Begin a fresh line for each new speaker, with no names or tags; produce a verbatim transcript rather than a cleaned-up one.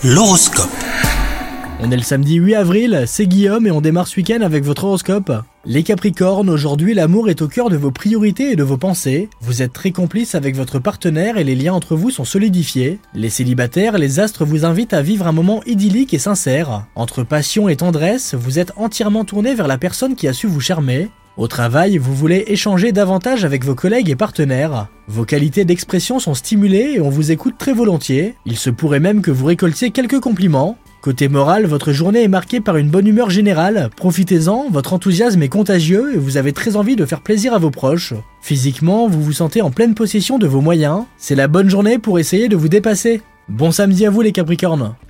L'horoscope.
On est le samedi huit avril, c'est Guillaume et on démarre ce week-end avec votre horoscope. Les Capricornes, aujourd'hui l'amour est au cœur de vos priorités et de vos pensées. Vous êtes très complices avec votre partenaire et les liens entre vous sont solidifiés. Les célibataires, les astres vous invitent à vivre un moment idyllique et sincère. Entre passion et tendresse, vous êtes entièrement tourné vers la personne qui a su vous charmer. Au travail, vous voulez échanger davantage avec vos collègues et partenaires. Vos qualités d'expression sont stimulées et on vous écoute très volontiers. Il se pourrait même que vous récoltiez quelques compliments. Côté moral, votre journée est marquée par une bonne humeur générale. Profitez-en, votre enthousiasme est contagieux et vous avez très envie de faire plaisir à vos proches. Physiquement, vous vous sentez en pleine possession de vos moyens. C'est la bonne journée pour essayer de vous dépasser. Bon samedi à vous les Capricornes.